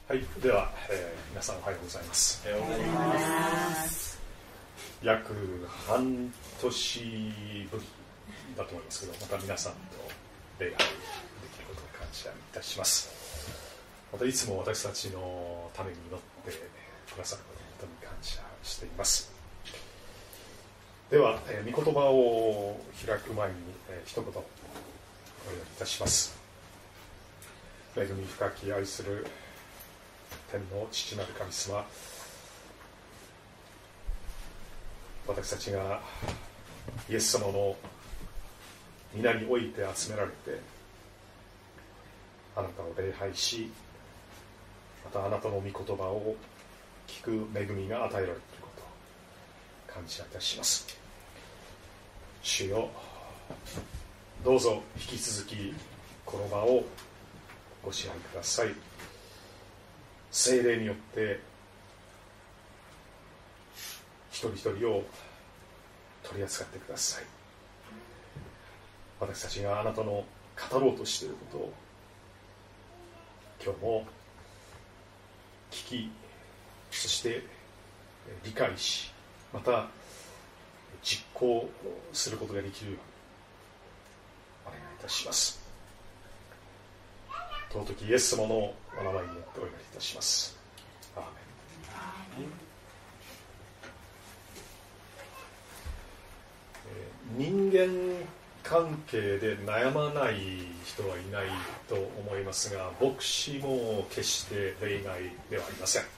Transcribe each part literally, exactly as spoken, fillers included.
はい、では、えー、皆さんおはようございます。 おはようございます。 約半年ぶりだと思いますけど、また皆さんと礼拝できることを感謝いたします。またいつも私たちのために祈ってくださることを本当に感謝しています。では、えー、御言葉を開く前に、えー、一言お祈りいたします。恵み深き愛する天の父なる神様、私たちがイエス様の皆において集められてあなたを礼拝し、またあなたの御言葉を聞く恵みが与えられていることを感謝いたします。主よ、どうぞ引き続きこの場をご支配ください。聖霊によって一人一人を取り扱ってください。私たちがあなたの語ろうとしていることを今日も聞き、そして理解し、また実行することができるようにお願いいたします。尊きイエス様のお名前によってお祈りいたします。アーメン。人間関係で悩まない人はいないと思いますが、牧師も決して例外ではありません。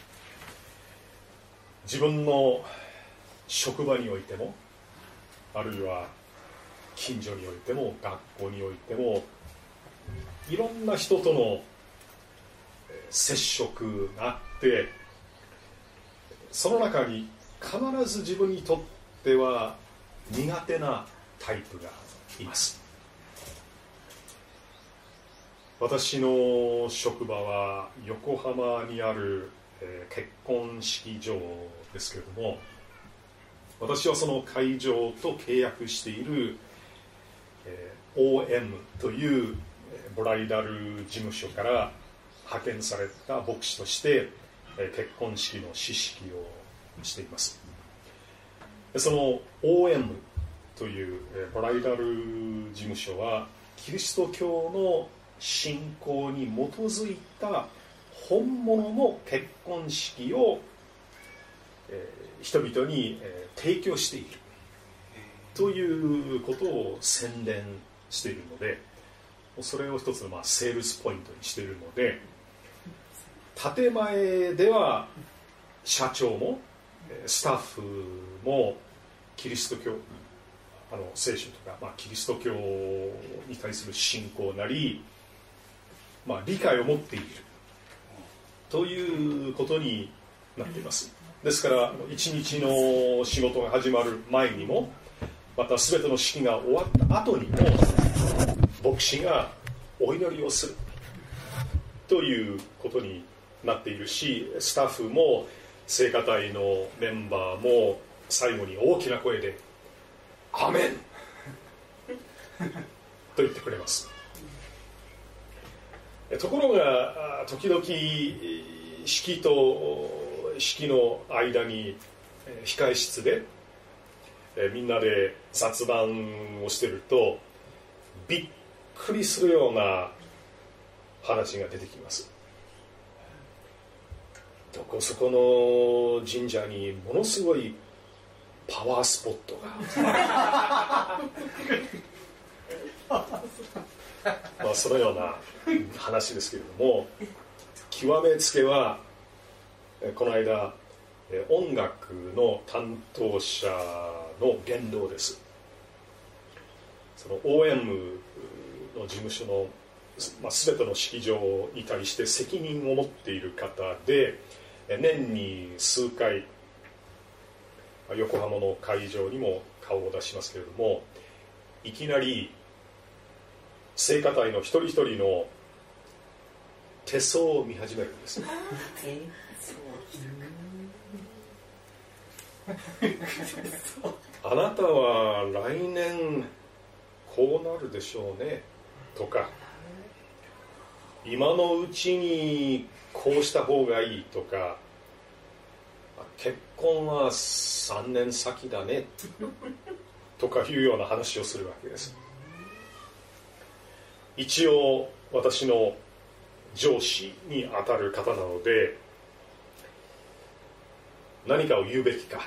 自分の職場においても、あるいは近所においても、学校においても、いろんな人との接触があって、その中に必ず自分にとっては苦手なタイプがいます。私の職場は横浜にある結婚式場ですけれども、私はその会場と契約している オーエム というブライダル事務所から派遣された牧師として結婚式の指揮をしています。その オーエム というブライダル事務所はキリスト教の信仰に基づいた本物の結婚式を人々に提供しているということを宣伝しているので、それを一つのまあセールスポイントにしているので、建前では社長もスタッフもキリスト教、あの聖書とか、まあ、キリスト教に対する信仰なり、まあ、理解を持っているということになっています。ですから一日の仕事が始まる前にも、また全ての式が終わった後にも、牧師がお祈りをするということになっているし、スタッフも聖歌隊のメンバーも最後に大きな声でアメンと言ってくれます。ところが時々式と式の間に控え室でみんなで雑談をしていると、びっくりするような話が出てきます。どこそこの神社にものすごいパワースポットがまあそのような話ですけれども、極めつけはこの間音楽の担当者の言動です。その オーエム の事務所の、まあ、全ての式場に対して責任を持っている方で、年に数回横浜の会場にも顔を出しますけれども、いきなり聖歌隊の一人一人の手相を見始めるんです。あなたは来年こうなるでしょうねとか、 今のうちにこうした方がいいとか、結婚はさんねん先だねとかいうような話をするわけです。一応私の上司にあたる方なので、何かを言うべきか、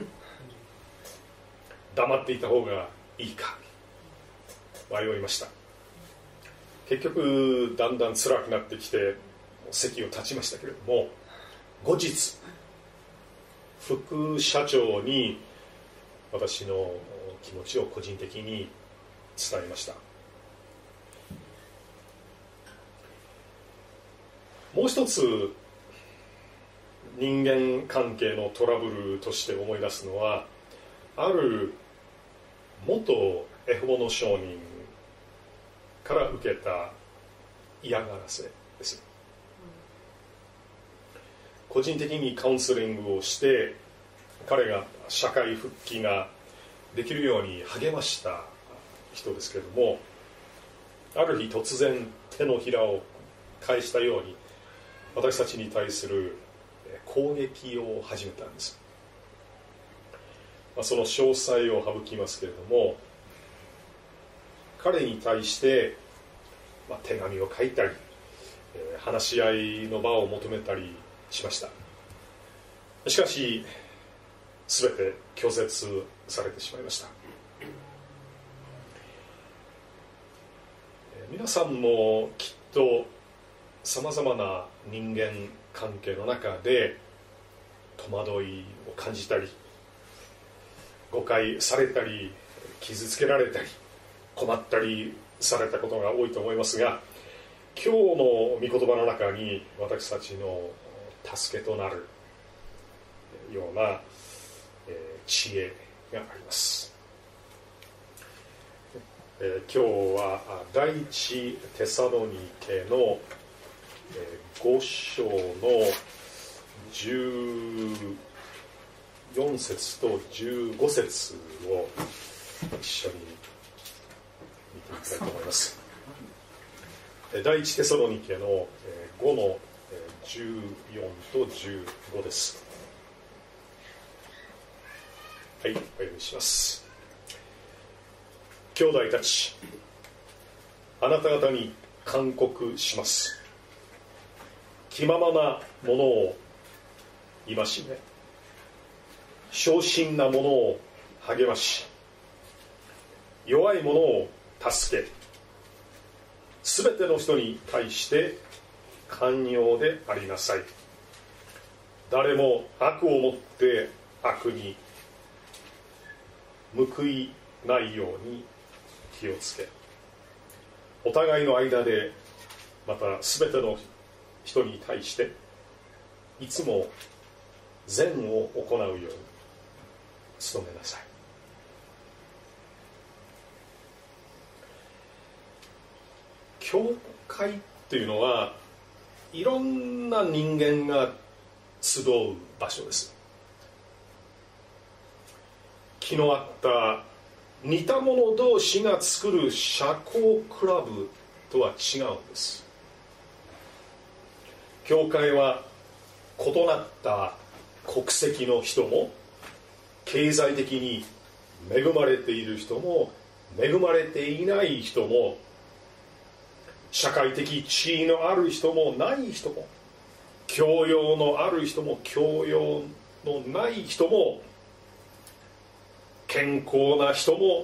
黙っていた方がいいか迷いました。結局だんだん辛くなってきて席を立ちましたけれども、後日副社長に私の気持ちを個人的に伝えました。もう一つ人間関係のトラブルとして思い出すのは、ある元エホバの証人から受けた嫌がらせです。個人的にカウンセリングをして彼が社会復帰ができるように励ました人ですけれども、ある日突然手のひらを返したように私たちに対する攻撃を始めたんです。まあ、その詳細を省きますけれども、彼に対して、まあ、手紙を書いたり、えー、話し合いの場を求めたりしました。しかし全て拒絶されてしまいました。えー、皆さんもきっとさまざまな人間関係の中で戸惑いを感じたり、誤解されたり、傷つけられたり、困ったりされたことが多いと思いますが、今日の御言葉の中に私たちの助けとなるような知恵があります。今日は第一テサロニケのご章のじゅうよん節とじゅうご節を一緒に見ていきたいと思います。第一テサロニケのごのじゅうよんとじゅうごです。はい、お読みします。兄弟たち、あなた方に勧告します。気ままなものを戒め、小心なものを励まし、弱いものを助け、すべての人に対して寛容でありなさい。誰も悪をもって悪に報いないように気をつけ、お互いの間でまたすべての人に対していつも善を行うように努めなさい。教会というのはいろんな人間が集う場所です。気の合った似た者同士が作る社交クラブとは違うんです。教会は異なった国籍の人も、経済的に恵まれている人も恵まれていない人も、社会的地位のある人もない人も、教養のある人も教養のない人も、健康な人も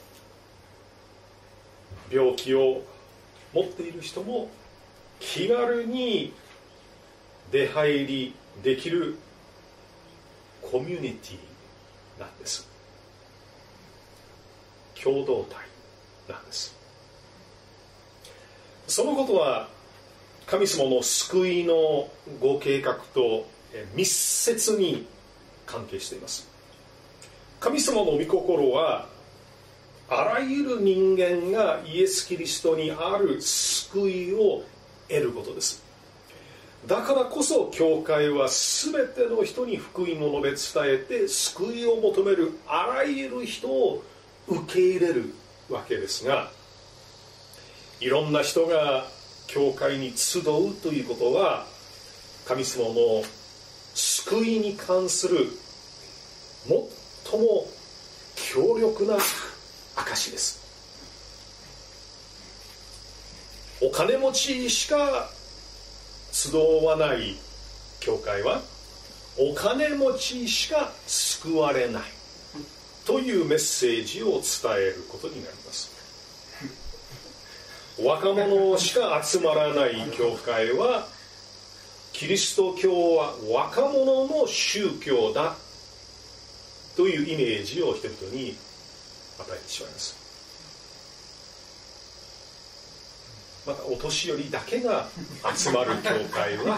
病気を持っている人も気軽に出入りできるコミュニティなんです。共同体なんです。そのことは神様の救いのご計画と密接に関係しています。神様の御心はあらゆる人間がイエス・キリストにある救いを得ることです。だからこそ教会は全ての人に福音を述べ伝えて救いを求めるあらゆる人を受け入れるわけですが、いろんな人が教会に集うということは、神様の救いに関する最も強力な証です。お金持ちしか集わない教会は、お金持ちしか救われないというメッセージを伝えることになります。若者しか集まらない教会は、キリスト教は若者の宗教だというイメージを人々に与えてしまいます。またお年寄りだけが集まる教会は、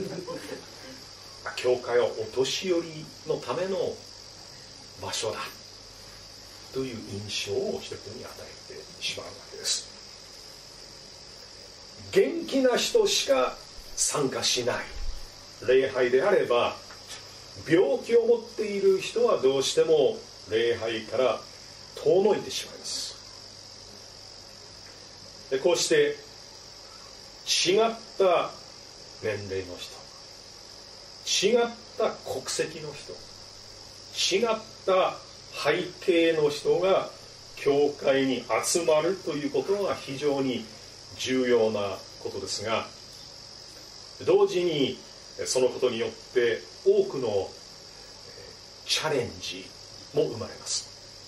教会はお年寄りのための場所だという印象を人々に与えてしまうわけです。元気な人しか参加しない礼拝であれば、病気を持っている人はどうしても礼拝から遠のいてしまいます。でこうして違った年齢の人、違った国籍の人、違った背景の人が教会に集まるということは非常に重要なことですが、同時にそのことによって多くのチャレンジも生まれます。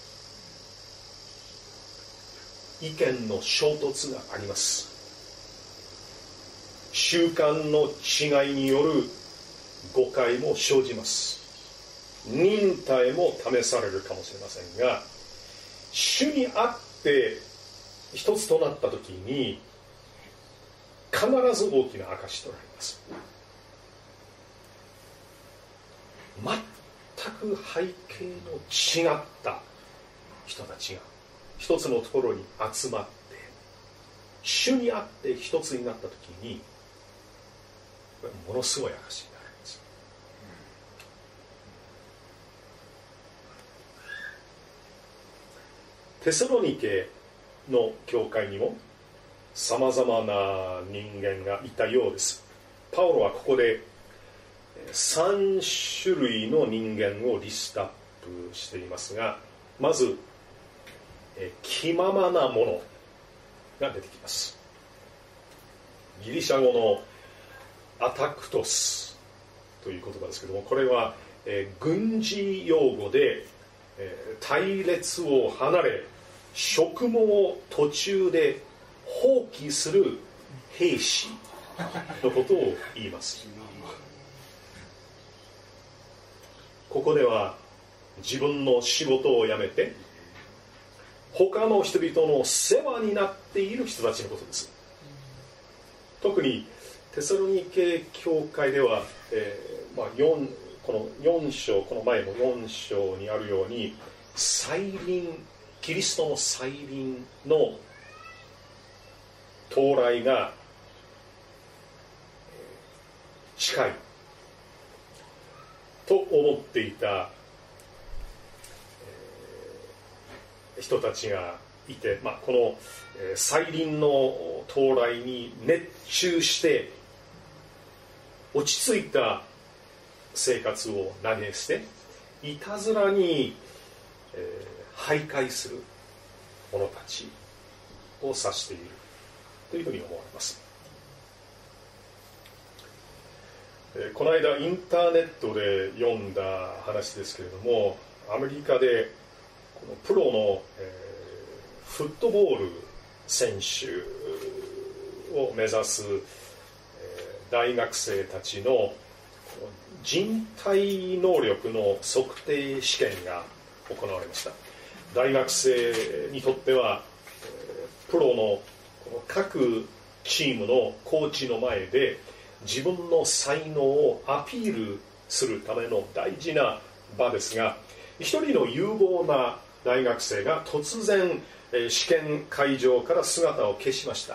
意見の衝突があります。習慣の違いによる誤解も生じます。忍耐も試されるかもしれませんが、主にあって一つとなった時に必ず大きな証となります。全く背景の違った人たちが一つのところに集まって主にあって一つになった時に、ものすごい証になるんです。テサロニケの教会にもさまざまな人間がいたようです。パウロはここでさん種類の人間をリストアップしていますが、まず気ままなものが出てきます。ギリシャ語のアタクトスという言葉ですけども、これは、えー、軍事用語で、えー、隊列を離れ職務を途中で放棄する兵士のことを言います。ここでは自分の仕事を辞めて他の人々の世話になっている人たちのことです。特にテサロニケ教会では、えーまあ、よんこのよん章、この前のよん章にあるように再臨、キリストの再臨の到来が近いと思っていた人たちがいて、まあ、この再臨の到来に熱中して落ち着いた生活を投げ捨ていたずらに、えー、徘徊する者たちを指しているというふうに思われます。えー、この間インターネットで読んだ話ですけれども、アメリカでこのプロの、えー、フットボール選手を目指す、えー、大学生たちの人体能力の測定試験が行われました。大学生にとっては、えー、プロのこの各チームのコーチの前で自分の才能をアピールするための大事な場ですが、一人の有望な大学生が突然試験会場から姿を消しました。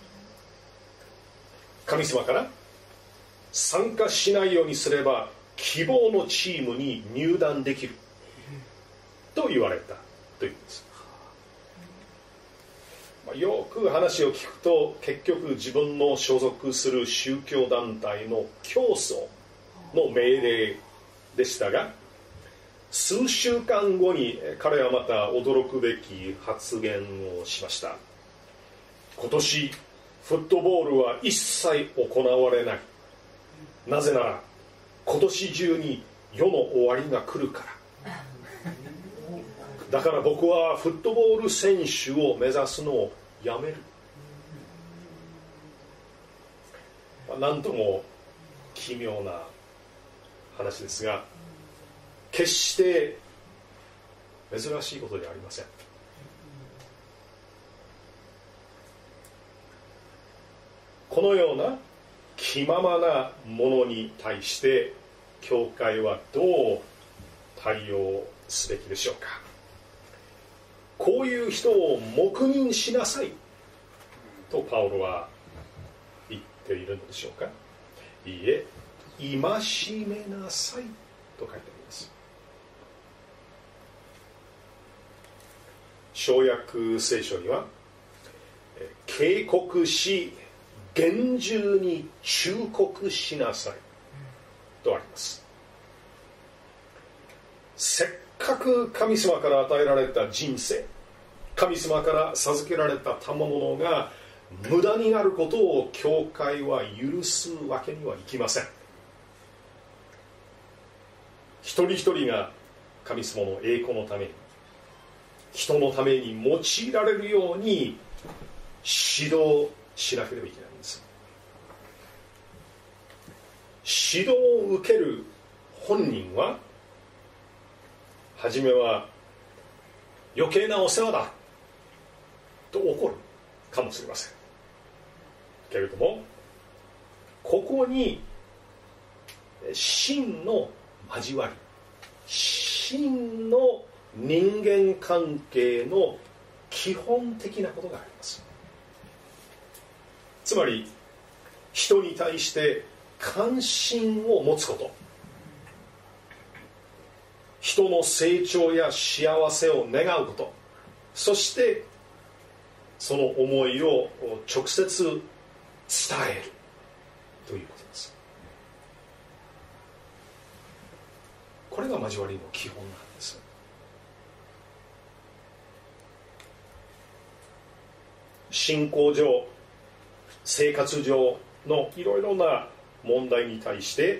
神様から参加しないようにすれば希望のチームに入団できると言われたというんです。 よく話を聞くと結局自分の所属する宗教団体の教祖の命令でしたが、数週間後に彼はまた驚くべき発言をしました。今年フットボールは一切行われない。なぜなら今年中に世の終わりが来るから。だから僕はフットボール選手を目指すのをやめる。なんとも奇妙な話ですが、決して珍しいことではありません。このような気ままなものに対して教会はどう対応すべきでしょうか。こういう人を黙認しなさいとパウロは言っているのでしょうか。いいえ、戒めなさいと書いてあります。小約聖書には警告し厳重に忠告しなさいとあります。せっかく神様から与えられた人生、神様から授けられた賜物が無駄になることを教会は許すわけにはいきません。一人一人が神様の栄光のために、人のために用いられるように指導しなければいけないんです。指導を受ける本人は初めは余計なお世話だと怒るかもしれませんけれども、ここに真の交わり、真の人間関係の基本的なことがあります。つまり人に対して関心を持つこと、人の成長や幸せを願うこと、そしてその思いを直接伝えるということです。これが交わりの基本なんです。信仰上、生活上のいろいろな問題に対して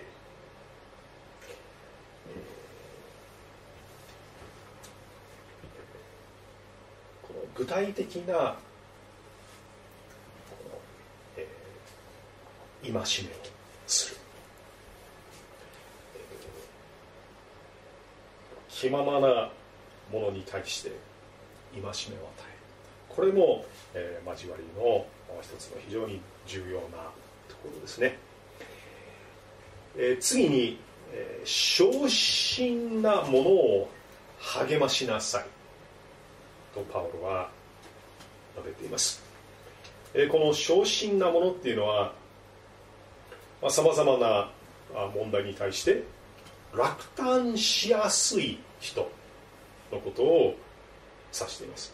この具体的なえー、戒めをする、気ままなものに対して戒めを与える、これも、えー、交わりの一つの非常に重要なところですね。えー、次に、えー、小心なものを励ましなさいとパウロは述べています。えー、この小心なものっていうのはさまざまな問題に対して落胆しやすい人のことを指しています。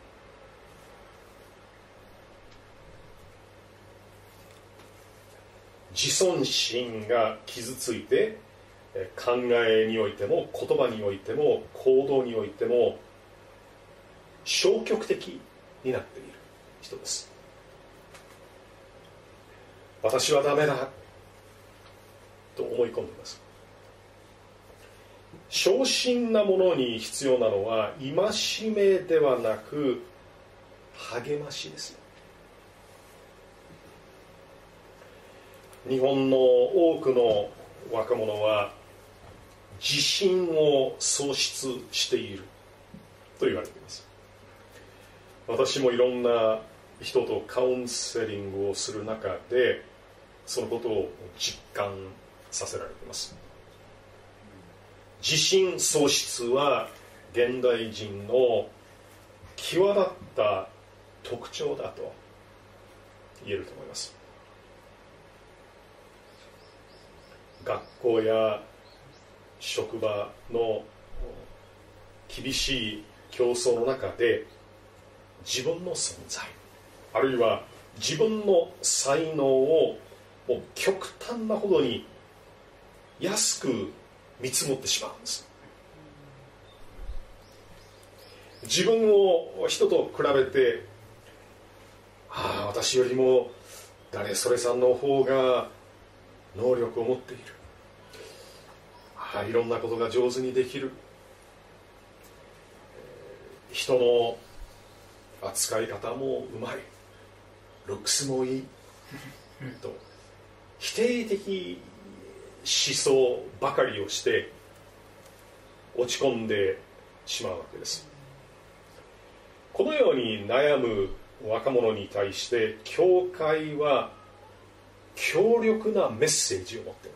自尊心が傷ついて考えにおいても言葉においても行動においても消極的になっている人です。私はダメだと思い込んでいます。小心なものに必要なのは戒めではなく励ましですよ。日本の多くの若者は自信を喪失していると言われています。私もいろんな人とカウンセリングをする中でそのことを実感させられています。自信喪失は現代人の際立った特徴だと言えると思います。学校や職場の厳しい競争の中で自分の存在、あるいは自分の才能をもう極端なほどに安く見積もってしまうんです。自分を人と比べて、ああ私よりも誰それさんの方が能力を持っている、ああいろんなことが上手にできる、人の扱い方もうまい、ルックスもいいと否定的思想ばかりをして落ち込んでしまうわけです。このように悩む若者に対して教会は強力なメッセージを持っています。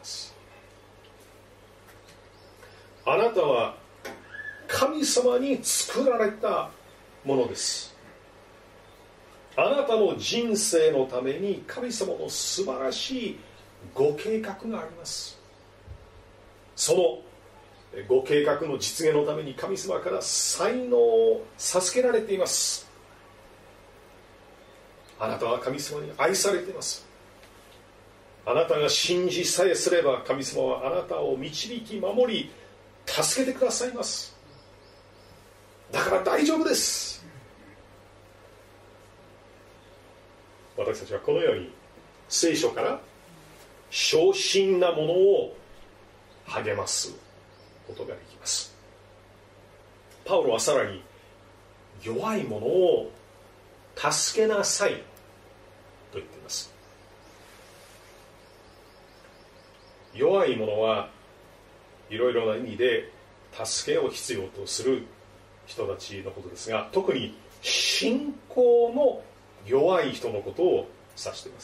あなたは神様に作られたものです。あなたの人生のために神様の素晴らしいご計画があります。そのご計画の実現のために神様から才能を授けられています。あなたは神様に愛されています。あなたが信じさえすれば神様はあなたを導き守り助けてくださいます。だから大丈夫です。私たちはこのように聖書から小心なものを励ますことができます。パウロはさらに弱い者を助けなさいと言っています。弱い者はいろいろな意味で助けを必要とする人たちのことですが、特に信仰の弱い人のことを指しています。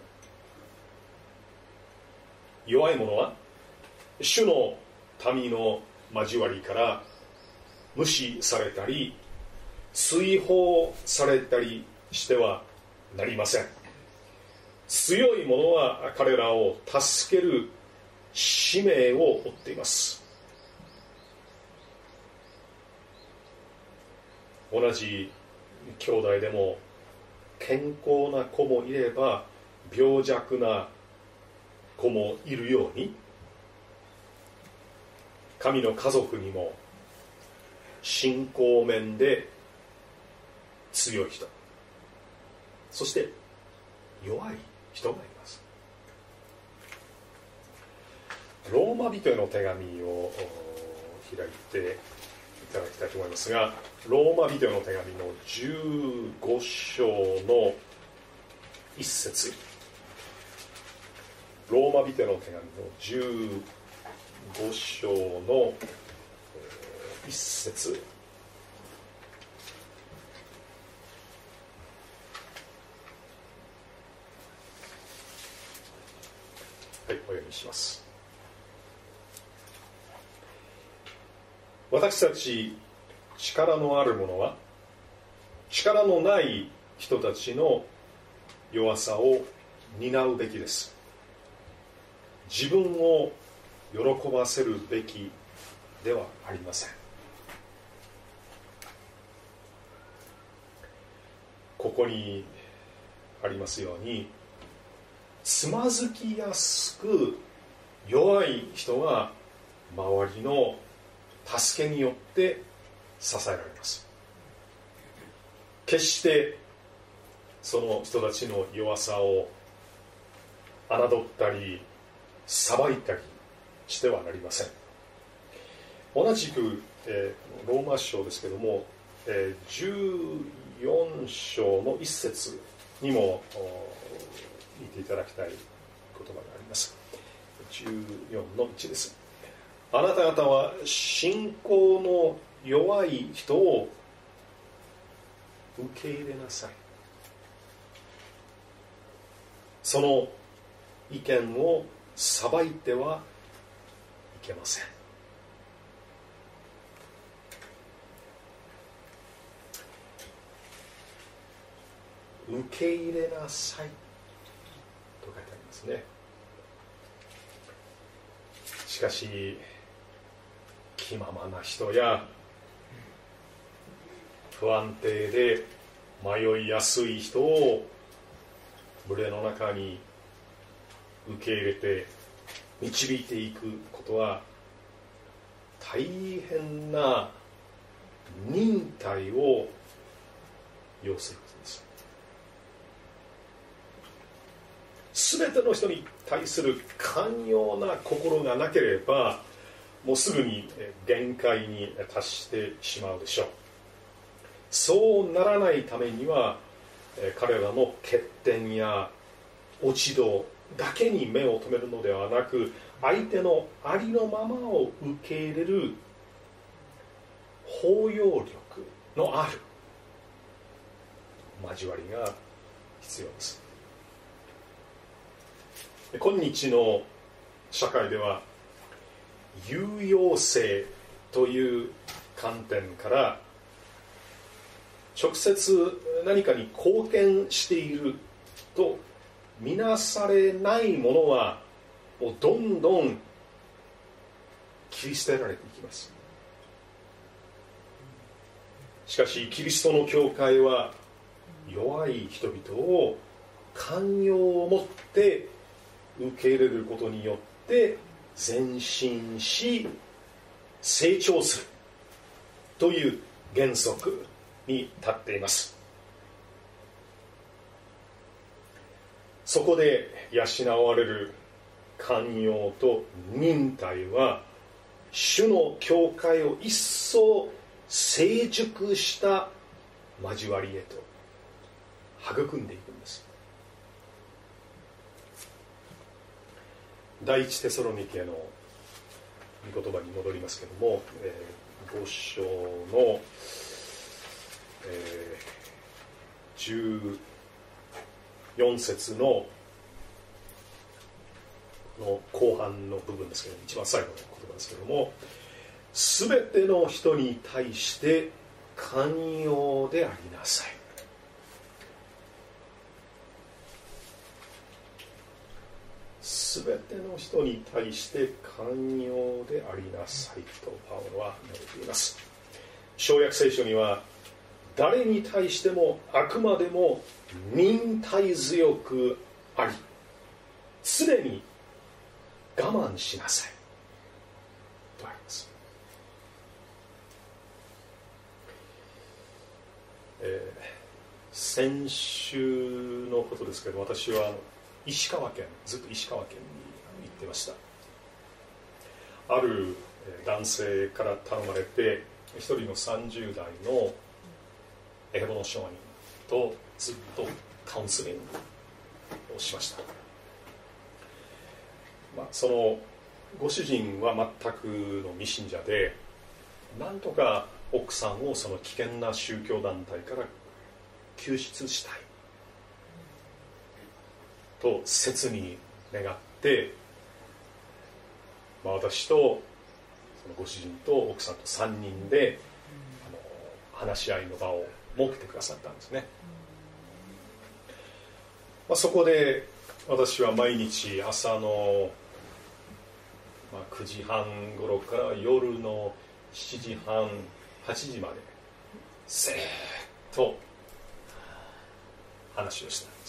弱い者は主の民の交わりから無視されたり追放されたりしてはなりません。強い者は彼らを助ける使命を負っています。同じ兄弟でも健康な子もいれば病弱な子もいるように、神の家族にも信仰面で強い人、そして弱い人がいます。ローマ人への手紙を開いていただきたいと思いますが、ローマ人への手紙のじゅうご章の一節、ローマ人への手紙のじゅうご章の一節、はい、お読みします。私たち力のある者は力のない人たちの弱さを担うべきです。自分を喜ばせるべきではありません。ここにありますように、つまずきやすく弱い人が周りの助けによって支えられます。決してその人たちの弱さを侮ったり裁いたりしてはなりません。同じく、えー、ローマ書ですけども、えー、じゅうよん章の一節にも見ていただきたい言葉があります。じゅうよんのいちです。あなた方は信仰の弱い人を受け入れなさい。その意見を裁いてはいけません。受け入れなさいと書いてありますね。しかし気ままな人や不安定で迷いやすい人を群れの中に受け入れて導いていくことは大変な忍耐を要することです。すべての人に対する寛容な心がなければもうすぐに限界に達してしまうでしょう。そうならないためには彼らの欠点や落ち度だけに目を留めるのではなく、相手のありのままを受け入れる包容力のある交わりが必要です。今日の社会では有用性という観点から直接何かに貢献していると見なされないものはもうどんどん切り捨てられていきます。しかしキリストの教会は弱い人々を寛容を持って受け入れることによって前進し成長するという原則に立っています。そこで養われる寛容と忍耐は主の教会を一層成熟した交わりへと育んでいくんです。第一テサロニケの御言葉に戻りますけれども、えー、ご章の、えー、じゅうよん節のの後半の部分ですけれども、一番最後の言葉ですけれども、すべての人に対して寛容でありなさい。すべての人に対して寛容でありなさいとパウロは述べています。小約聖書には誰に対してもあくまでも忍耐強くあり常に我慢しなさいとあります。えー、先週のことですけど、私は石川県ずっと石川県に行ってました。ある男性から頼まれて一人のさんじゅう代のエヘボの商人とずっとカウンセリングをしました。まあ、そのご主人は全くの未信者で、なんとか奥さんをその危険な宗教団体から救出したいと切に願って、まあ、私とそのご主人と奥さんとさんにんであの話し合いの場を設けてくださったんですね。まあ、そこで私は毎日朝の、まあ、くじはん頃から夜のしちじはんはちじまでずっと話をしたんです。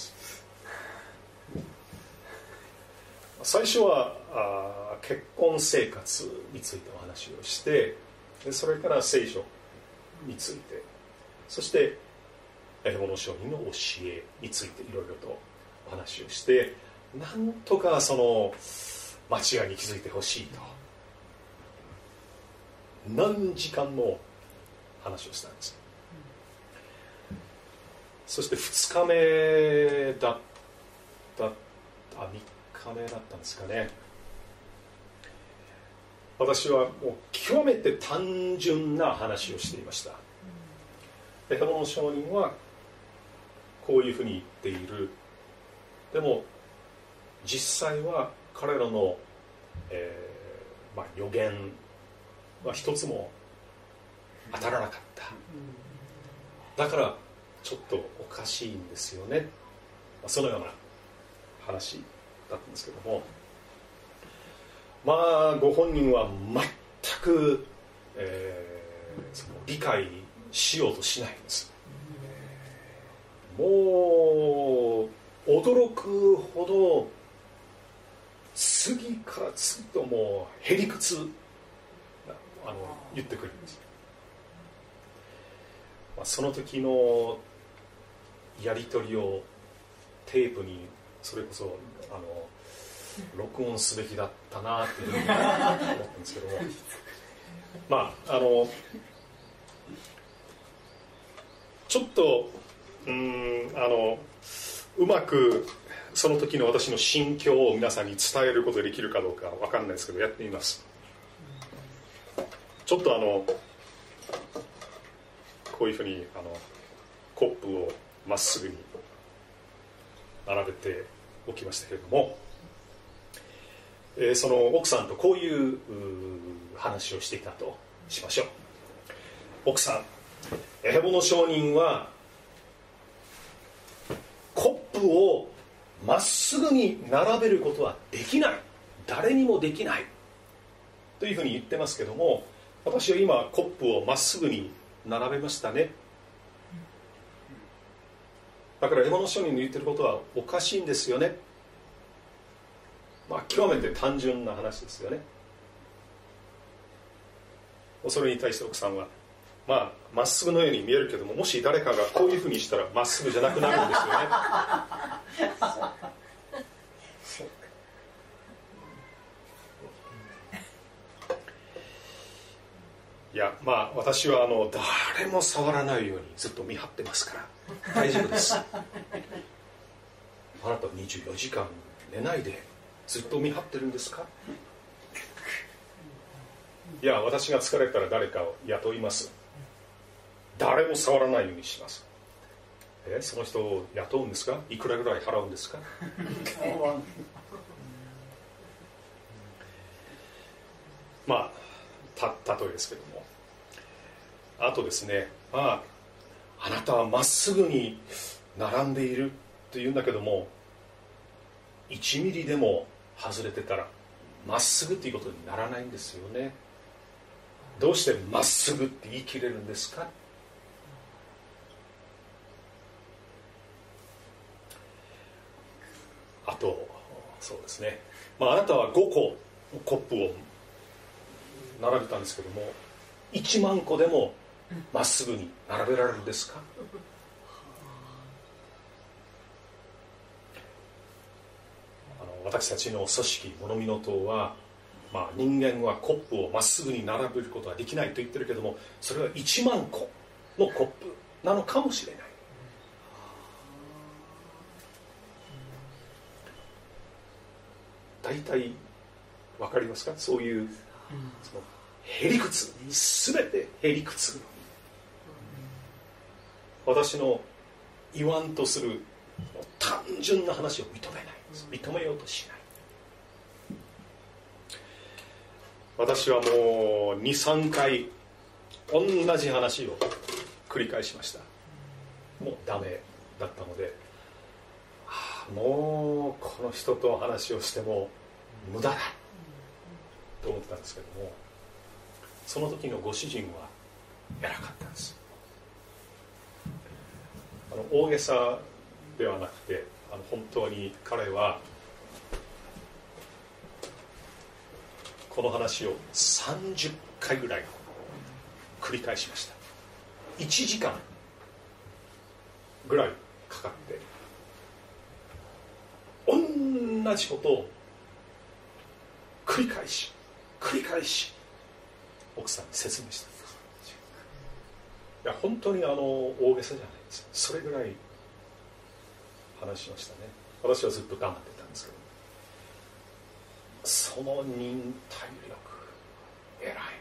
最初はあ結婚生活についてお話をして、でそれから聖書について、そしてエヘボの商人の教えについていろいろとお話をして、なんとかその間違いに気づいてほしいと何時間も話をしたんです。そしてふつかめだったあみっかめだったんですかね。私はもう極めて単純な話をしていました。エヘボの商人はこういうふうに言っている。でも実際は彼らの、えーまあ、予言は一つも当たらなかった。だからちょっとおかしいんですよね。まあ、そのような話だったんですけども、まあご本人は全く、えー、その理解しようとしないんです。 もう驚くほど次から次ともうへりくつあの言ってくるんです、まあ、その時のやり取りをテープにそれこそあの録音すべきだったなっていうふうに思ったんですけどもまああのちょっとうーんあのうまくその時の私の心境を皆さんに伝えることができるかどうかわかんないですけどやってみます。ちょっとあのこういうふうにあのコップをまっすぐに並べておきましたけれども、えー、その奥さんとこういう、う話をしていたとしましょう。奥さん、エヘボの証人はコップをまっすぐに並べることはできない、誰にもできないというふうに言ってますけども、私は今コップをまっすぐに並べましたね。だからエヘボの証人の言ってることはおかしいんですよね。まあ極めて単純な話ですよね。それに対して奥さんはまあまっすぐのように見えるけども、もし誰かがこういうふうにしたらまっすぐじゃなくなるんですよね。いやまあ私はあの誰も触らないようにずっと見張ってますから大丈夫です。あなたにじゅうよじかん寝ないでずっと見張ってるんですか？いや私が疲れたら誰かを雇います。誰も触らないようにします。えその人を雇うんですか？いくらぐらい払うんですか？まあた例えですけども、あとですね、まああなたはまっすぐに並んでいるというんだけども、いちミリでも外れてたらまっすぐっていうことにならないんですよね。どうしてまっすぐって言い切れるんですか？あとそうですね、まあ、あなたはごこコップを並べたんですけども、いちまんこでもまっすぐに並べられるんですか？あの私たちの組織モノミノ党は、まあ、人間はコップをまっすぐに並べることはできないと言ってるけども、それはいちまんこのコップなのかもしれない。大体わかりますか？そういうそのへりくつ、すべてへりくつ。私の言わんとする単純な話を認めない、認めようとしない。私はもうにさんかい同じ話を繰り返しました。もうダメだったので、はあ、もうこの人と話をしても無駄だと思ったんですけども、その時のご主人は偉かったんです。あの大げさではなくて、あの本当に彼はこの話をさんじゅっかいぐらい繰り返しました。いちじかんぐらいかかって同じことを繰り返し繰り返し奥さんに説明したんです。いや本当にあの大げさじゃないです。それぐらい話しましたね。私はずっと黙ってたんですけど、その忍耐力偉いなと思ったん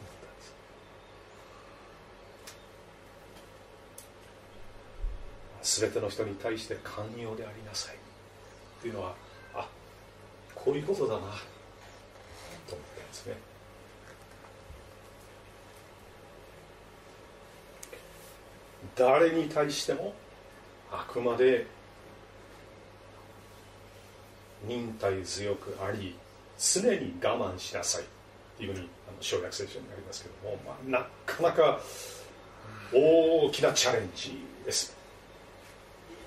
です。全ての人に対して寛容でありなさいっていうのは、あ、こういうことだなと思ったんですね。誰に対してもあくまで忍耐強くあり、常に我慢しなさいっていうふうにあの省略聖書にありますけども、まあ、なかなか大きなチャレンジです。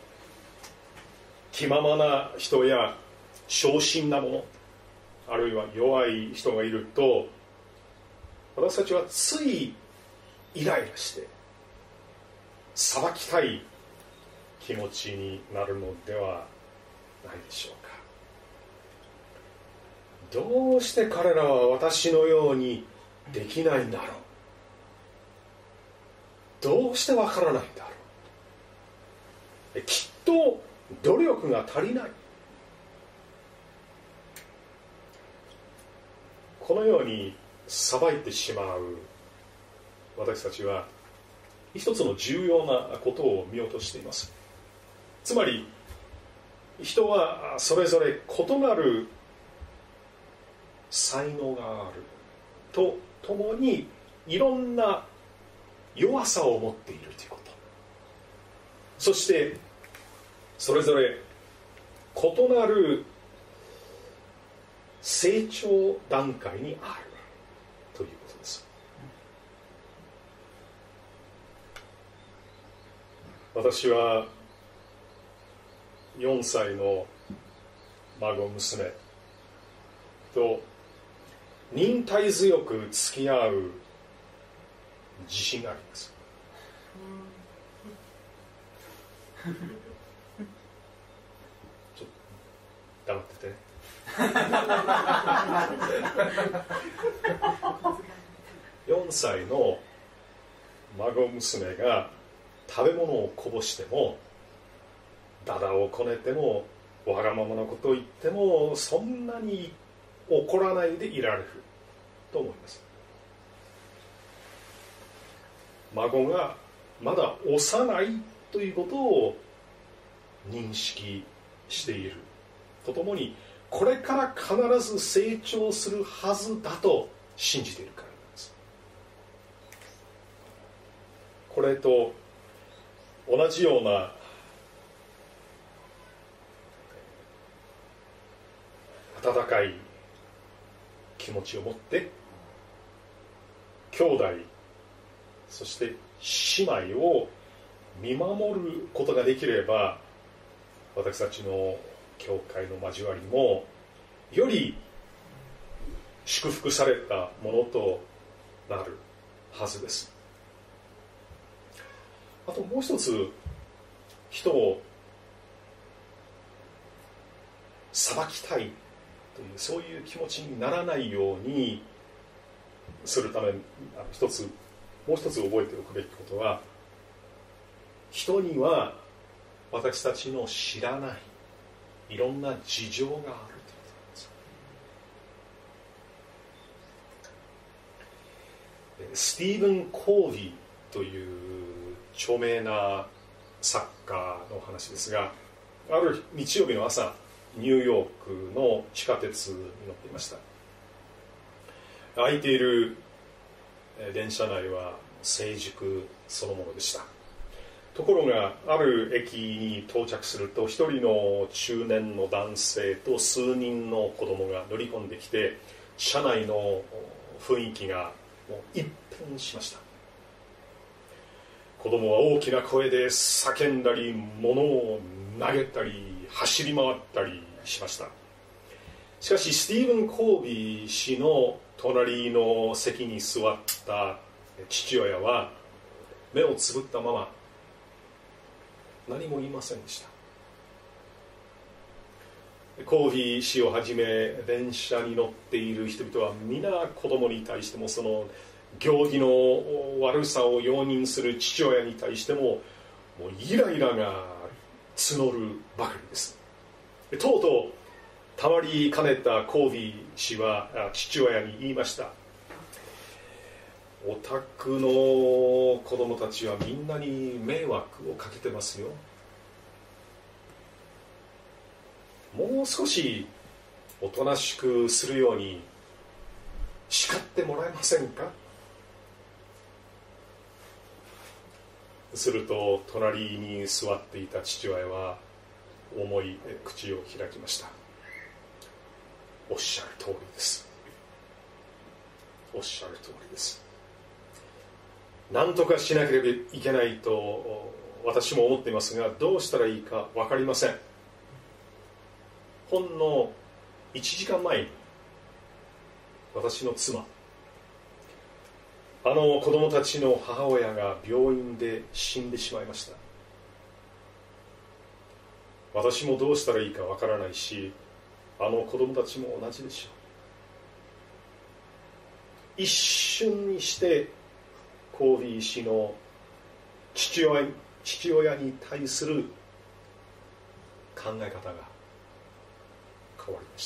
気ままな人や小心な者、あるいは弱い人がいると、私たちはついイライラして裁きたい気持ちになるのではないでしょうか。どうして彼らは私のようにできないんだろう、どうしてわからないんだろう、きっと努力が足りない、このように裁いてしまう私たちは一つの重要なことを見落としています。つまり人はそれぞれ異なる才能があるとともにいろんな弱さを持っているということ、そしてそれぞれ異なる成長段階にあるということです。私はよんさいの孫娘と忍耐強く付き合う自信があります。ちょっと黙っててね。よんさいの孫娘が食べ物をこぼしても、ダダをこねても、わがままなことを言ってもそんなに怒らないでいられると思います。孫がまだ幼いということを認識しているとともに、これから必ず成長するはずだと信じているからなんです。これと同じような温かい気持ちを持って兄弟そして姉妹を見守ることができれば、私たちの教会の交わりもより祝福されたものとなるはずです。あともう一つ、人を裁きたいというそういう気持ちにならないようにするために、一つもう一つ覚えておくべきことは、人には私たちの知らないいろんな事情があるということなんです。スティーブン・コービーという著名な作家の話ですが、ある日曜日の朝、ニューヨークの地下鉄に乗っていました。空いている電車内は成熟そのものでした。ところがある駅に到着すると、一人の中年の男性と数人の子供が乗り込んできて、車内の雰囲気がもう一変しました。子供は大きな声で叫んだり、物を投げたり、走り回ったりしました。しかしスティーブン・コービー氏の隣の席に座った父親は目をつぶったまま何も言いませんでした。コービー氏をはじめ電車に乗っている人々は皆子供に対しても、その行儀の悪さを容認する父親に対しても、もうイライラが募るばかりです。とうとうたまりかねたコービー氏は父親に言いました。お宅の子供たちはみんなに迷惑をかけてますよ。もう少しおとなしくするように叱ってもらえませんか。すると隣に座っていた父親は重い口を開きました。おっしゃる通りです。おっしゃる通りです。何とかしなければいけないと私も思っていますが、どうしたらいいか分かりません。 ほんのいちじかんまえに私の妻、あの子供たちの母親が病院で死んでしまいました。私もどうしたらいいかわからないし、あの子供たちも同じでしょう。一瞬にしてコーディー氏の父親、父親に対する考え方が変わりました。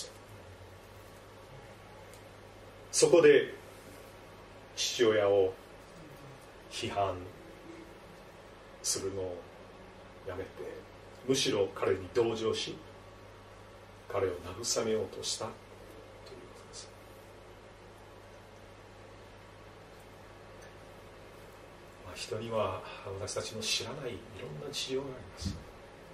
そこで父親を批判するのをやめて、むしろ彼に同情し、彼を慰めようとしたということです。まあ、人には私たちの知らないいろんな事情があります。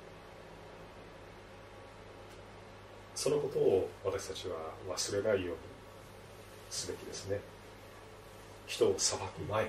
そのことを私たちは忘れないようにすべきですね。人を裁く前に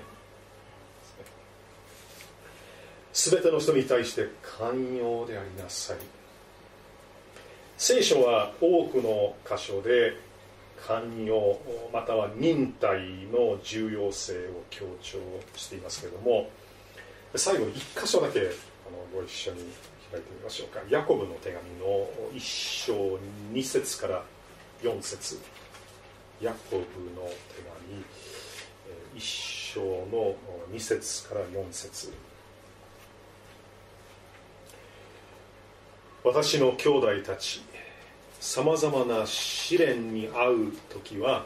すべての人に対して寛容でありなさい。聖書は多くの箇所で寛容または忍耐の重要性を強調していますけれども、最後に一箇所だけあのご一緒に開いてみましょうか。ヤコブの手紙の一章二節から四節、ヤコブの手紙一章の二節から四節。私の兄弟たち、さまざまな試練に遭うときは、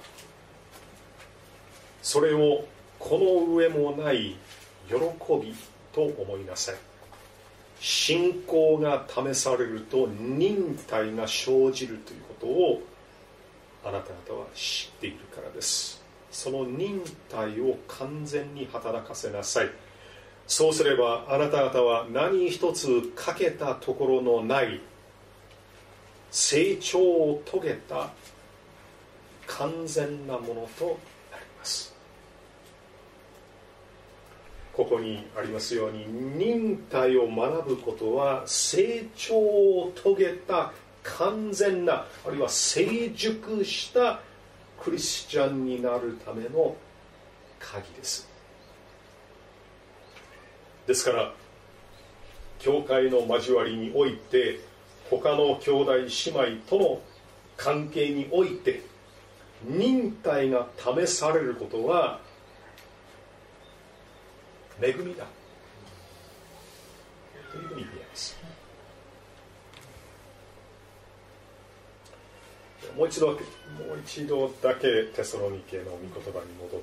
それをこの上もない喜びと思いなさい。信仰が試されると忍耐が生じるということをあなた方は知っているからです。その忍耐を完全に働かせなさい。そうすればあなた方は何一つ欠けたところのない成長を遂げた完全なものとなります。ここにありますように、忍耐を学ぶことは成長を遂げた完全な、あるいは成熟したクリスチャンになるための鍵です。ですから教会の交わりにおいて、他の兄弟姉妹との関係において忍耐が試されることは恵みだというふうに言えます。もう一度もう一度だけテサロニケの御言葉に戻って、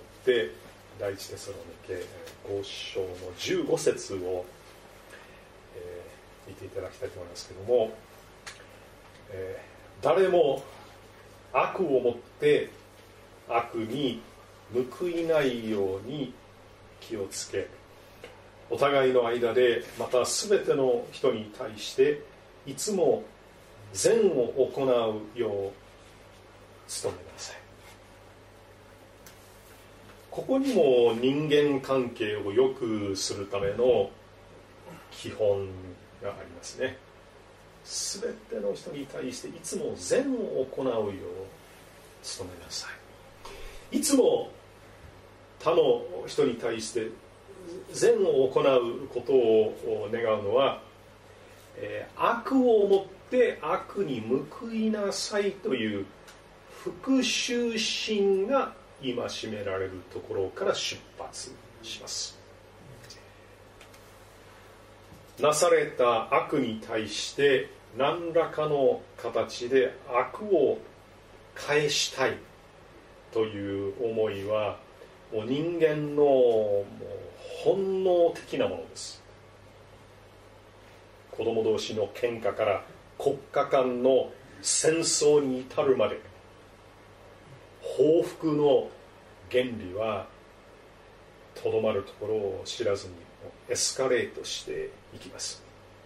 第一テサロニケご章のじゅうご節を、えー、見ていただきたいと思いますけれども、えー、誰も悪をもって悪に報いないように気をつけ、お互いの間でまた全ての人に対していつも善を行うよう努めなさい。ここにも人間関係を良くするための基本がありますね。すべての人に対していつも善を行うよう努めなさい。いつも他の人に対して善を行うことを願うのは、えー、悪をもって悪に報いなさいという復讐心が戒められるところから出発します。なされた悪に対して何らかの形で悪を返したいという思いはもう人間のもう本能的なものです。子供同士の喧嘩から国家間の戦争に至るまで、報復の原理はとどまるところを知らずにエスカレートしていきます。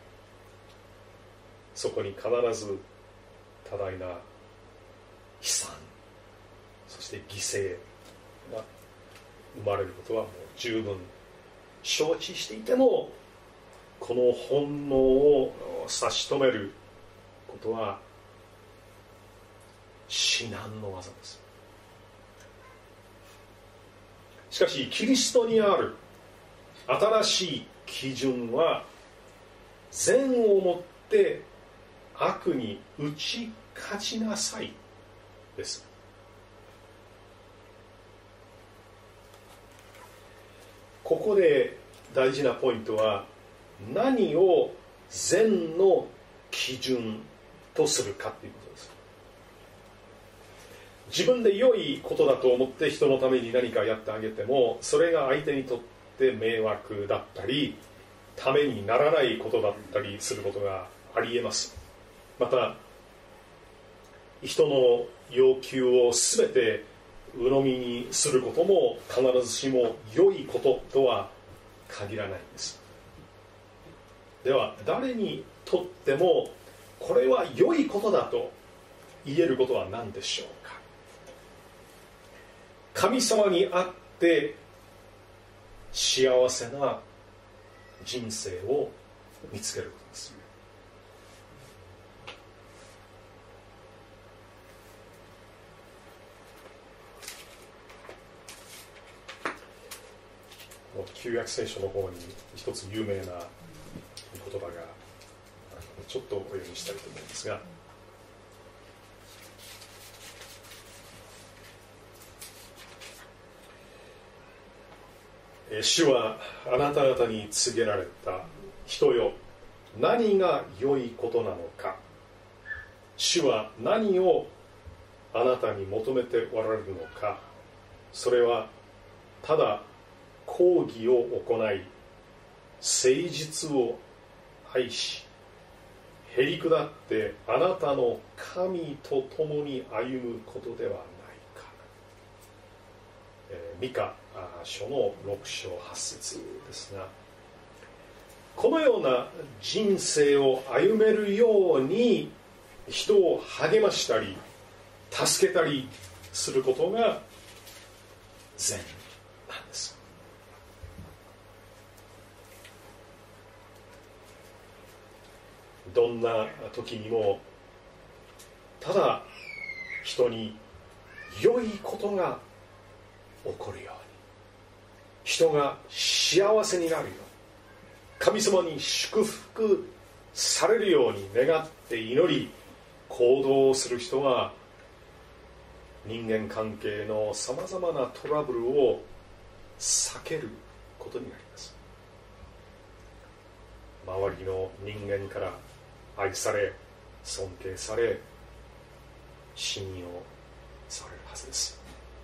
そこに必ず多大な悲惨、そして犠牲が生まれることはもう十分承知していても、この本能を差し止めることは至難の技です。しかしキリストにある新しい基準は、善をもって悪に打ち勝ちなさいです。ここで大事なポイントは、何を善の基準とするかということです。自分で良いことだと思って人のために何かやってあげても、それが相手にとって迷惑だったり、ためにならないことだったりすることがありえます。また人の要求をすべて鵜呑みにすることも必ずしも良いこととは限らないんです。では誰にとってもこれは良いことだと言えることは何でしょうか。神様にあって幸せな人生を見つけることです。旧約聖書の方に一つ有名な言葉がちょっとお読みしたいと思うんですが、主はあなた方に告げられた。人よ、何が良いことなのか。主は何をあなたに求めておられるのか。それはただ公義を行い、誠実を愛し、へりくだってあなたの神と共に歩むことではないか。えー、ミカ書のろく章はち節ですが、このような人生を歩めるように人を励ましたり助けたりすることが善なんです。どんな時にもただ人に良いことが起こるように、人が幸せになるように、神様に祝福されるように願って祈り行動する人は、人間関係のさまざまなトラブルを避けることになります。周りの人間から愛され、尊敬され、信用されるはずです。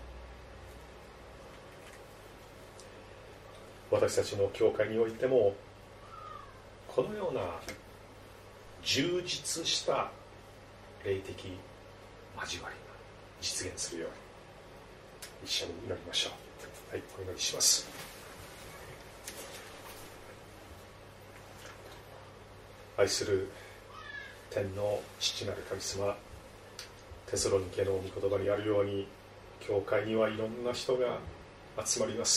私たちの教会においてもこのような充実した霊的交わりが実現するように一緒に祈りましょう。はい、お祈りします。愛する天の父なる神様、テスロニケの御言葉にあるように、教会にはいろんな人が集まります。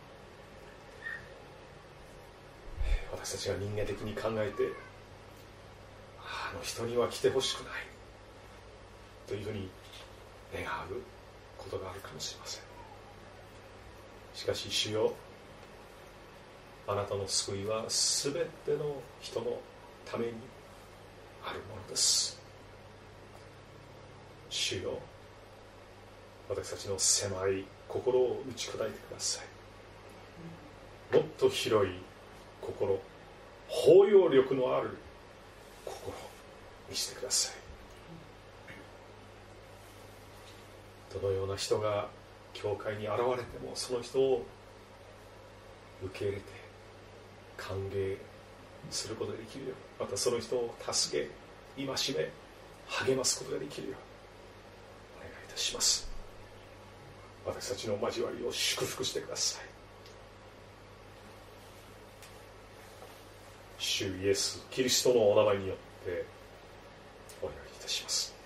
私たちが人間的に考えて、あの人には来てほしくないというふうに願うことがあるかもしれません。しかし主よ、あなたの救いはすべての人のためにあるものです。主よ、私たちの狭い心を打ち砕いてください。もっと広い心、包容力のある心を見せてください。どのような人が教会に現れても、その人を受け入れて歓迎することができるよう、またその人を助け、戒め、励ますことができるようお願いいたします。私たちの交わりを祝福してください。主イエス・キリストのお名前によってお祈りいたします。